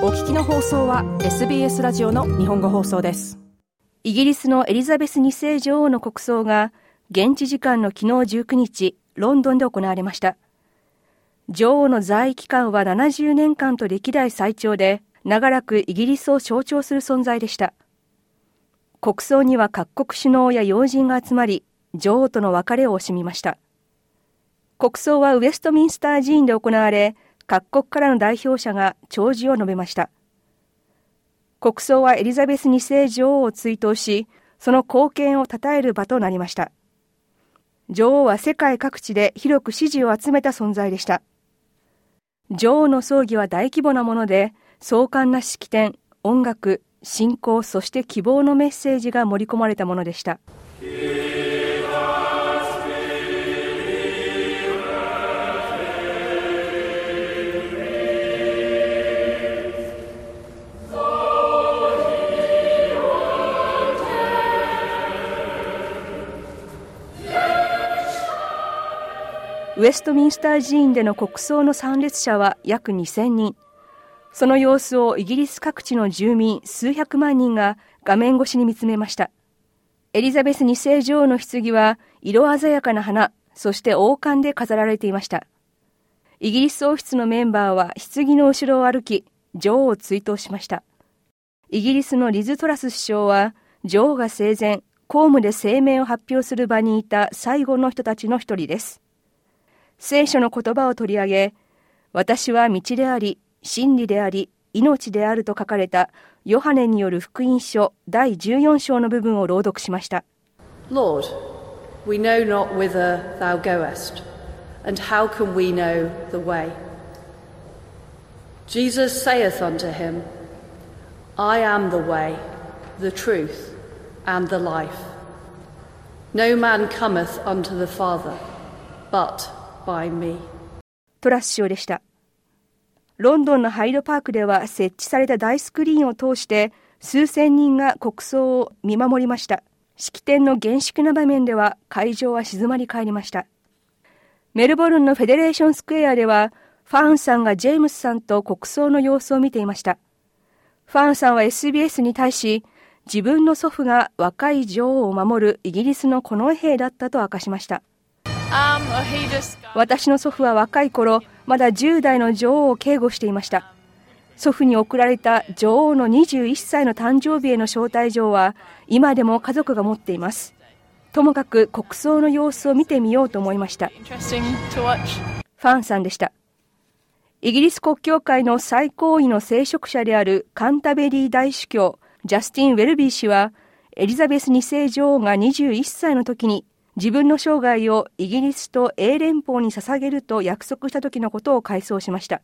お聞きの放送は SBS ラジオの日本語放送です。イギリスのエリザベス2世女王の国葬が現地時間の昨日19日ロンドンで行われました。女王の在位期間は70年間と歴代最長で、長らくイギリスを象徴する存在でした。国葬には各国首脳や要人が集まり、女王との別れを惜しみました。国葬はウェストミンスター寺院で行われ、各国からの代表者が弔辞を述べました。国葬はエリザベス2世女王を追悼し、その貢献を称える場となりました。女王は世界各地で広く支持を集めた存在でした。女王の葬儀は大規模なもので、壮観な式典、音楽、信仰、そして希望のメッセージが盛り込まれたものでした。ウェストミンスター寺院での国葬の参列者は約2000人。その様子をイギリス各地の住民数百万人が画面越しに見つめました。エリザベス2世女王の棺は色鮮やかな花、そして王冠で飾られていました。イギリス王室のメンバーは棺の後ろを歩き、女王を追悼しました。イギリスのリズ・トラス首相は、女王が生前、公務で声明を発表する場にいた最後の人たちの一人です。聖書の言葉を取り上げ、私は道であり、真理であり、命であると書かれたヨハネによる福音書第14章の部分を朗読しました。 Lord, we know not whither thou goest, and how can we know the way? Jesus saith unto him, I am the way, the truth, and the life. No man cometh unto the Father, but by me. トラス首相でした。ロンドンのハイドパークでは設置された大スクリーンを通して数千人が国葬を見守りました。式典の厳粛な場面では会場は静まり返りました。メルボルンのフェデレーションスクエアではファーンさんがジェームスさんと国葬の様子を見ていました。ファーンさんは SBS に対し、自分の祖父が若い女王を守るイギリスの近衛兵だったと明かしました。私の祖父は若い頃、まだ10代の女王を警護していました。祖父に贈られた女王の21歳の誕生日への招待状は今でも家族が持っています。ともかく国葬の様子を見てみようと思いました。ファンさんでした。イギリス国教会の最高位の聖職者であるカンタベリー大主教ジャスティン・ウェルビー氏は、エリザベス2世女王が21歳の時に自分の生涯をイギリスと英連邦に捧げると約束した時のことを回想しました。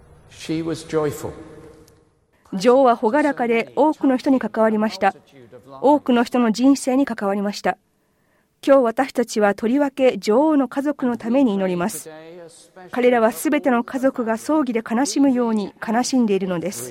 女王は朗らかで多くの人に関わりました。多くの人の人生に関わりました。今日私たちはとりわけ女王の家族のために祈ります。彼らはすべての家族が葬儀で悲しむように悲しんでいるのです。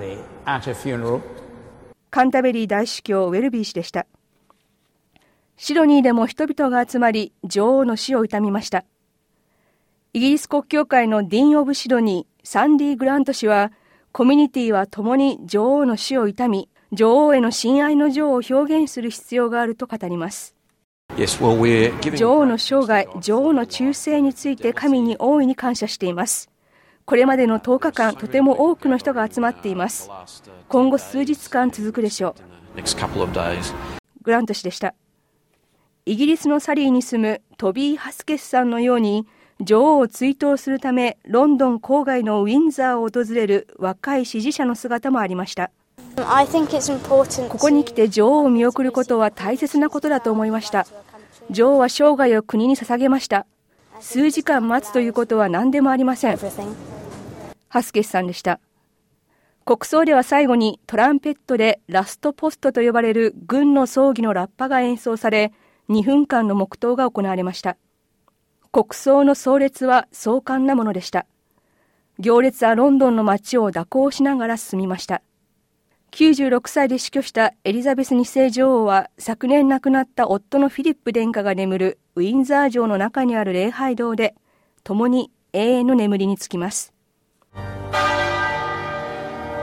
カンタベリー大主教ウェルビー氏でした。シドニーでも人々が集まり、女王の死を悼みました。イギリス国教会のディーン・オブ・シドニー、サンディ・グラント氏は、コミュニティは共に女王の死を悼み、女王への親愛の情を表現する必要があると語ります。女王の生涯、女王の忠誠について神に大いに感謝しています。これまでの10日間、とても多くの人が集まっています。今後数日間続くでしょう。グラント氏でした。イギリスのサリーに住むトビー・ハスケスさんのように、女王を追悼するためロンドン郊外のウィンザーを訪れる若い支持者の姿もありました。ここに来て女王を見送ることは大切なことだと思いました。女王は生涯を国に捧げました。数時間待つということは何でもありません。ハスケスさんでした。国葬では最後にトランペットでラストポストと呼ばれる軍の葬儀のラッパが演奏され、2分間の黙祷が行われました。国葬の葬列は壮観なものでした。行列はロンドンの街を蛇行しながら進みました。96歳で死去したエリザベス2世女王は、昨年亡くなった夫のフィリップ殿下が眠るウィンザー城の中にある礼拝堂で、共に永遠の眠りにつきます。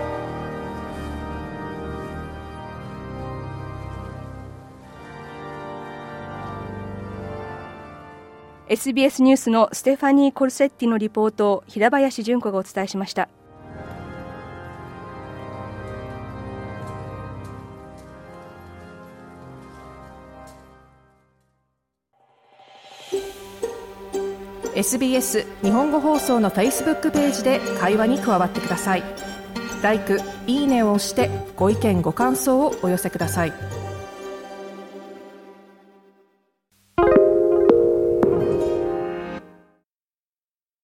SBS ニュースのステファニー・コルセッティのリポートを平林純子がお伝えしました。 SBS 日本語放送の Facebook ページで会話に加わってください。LIKE、いいねを押してご意見ご感想をお寄せください。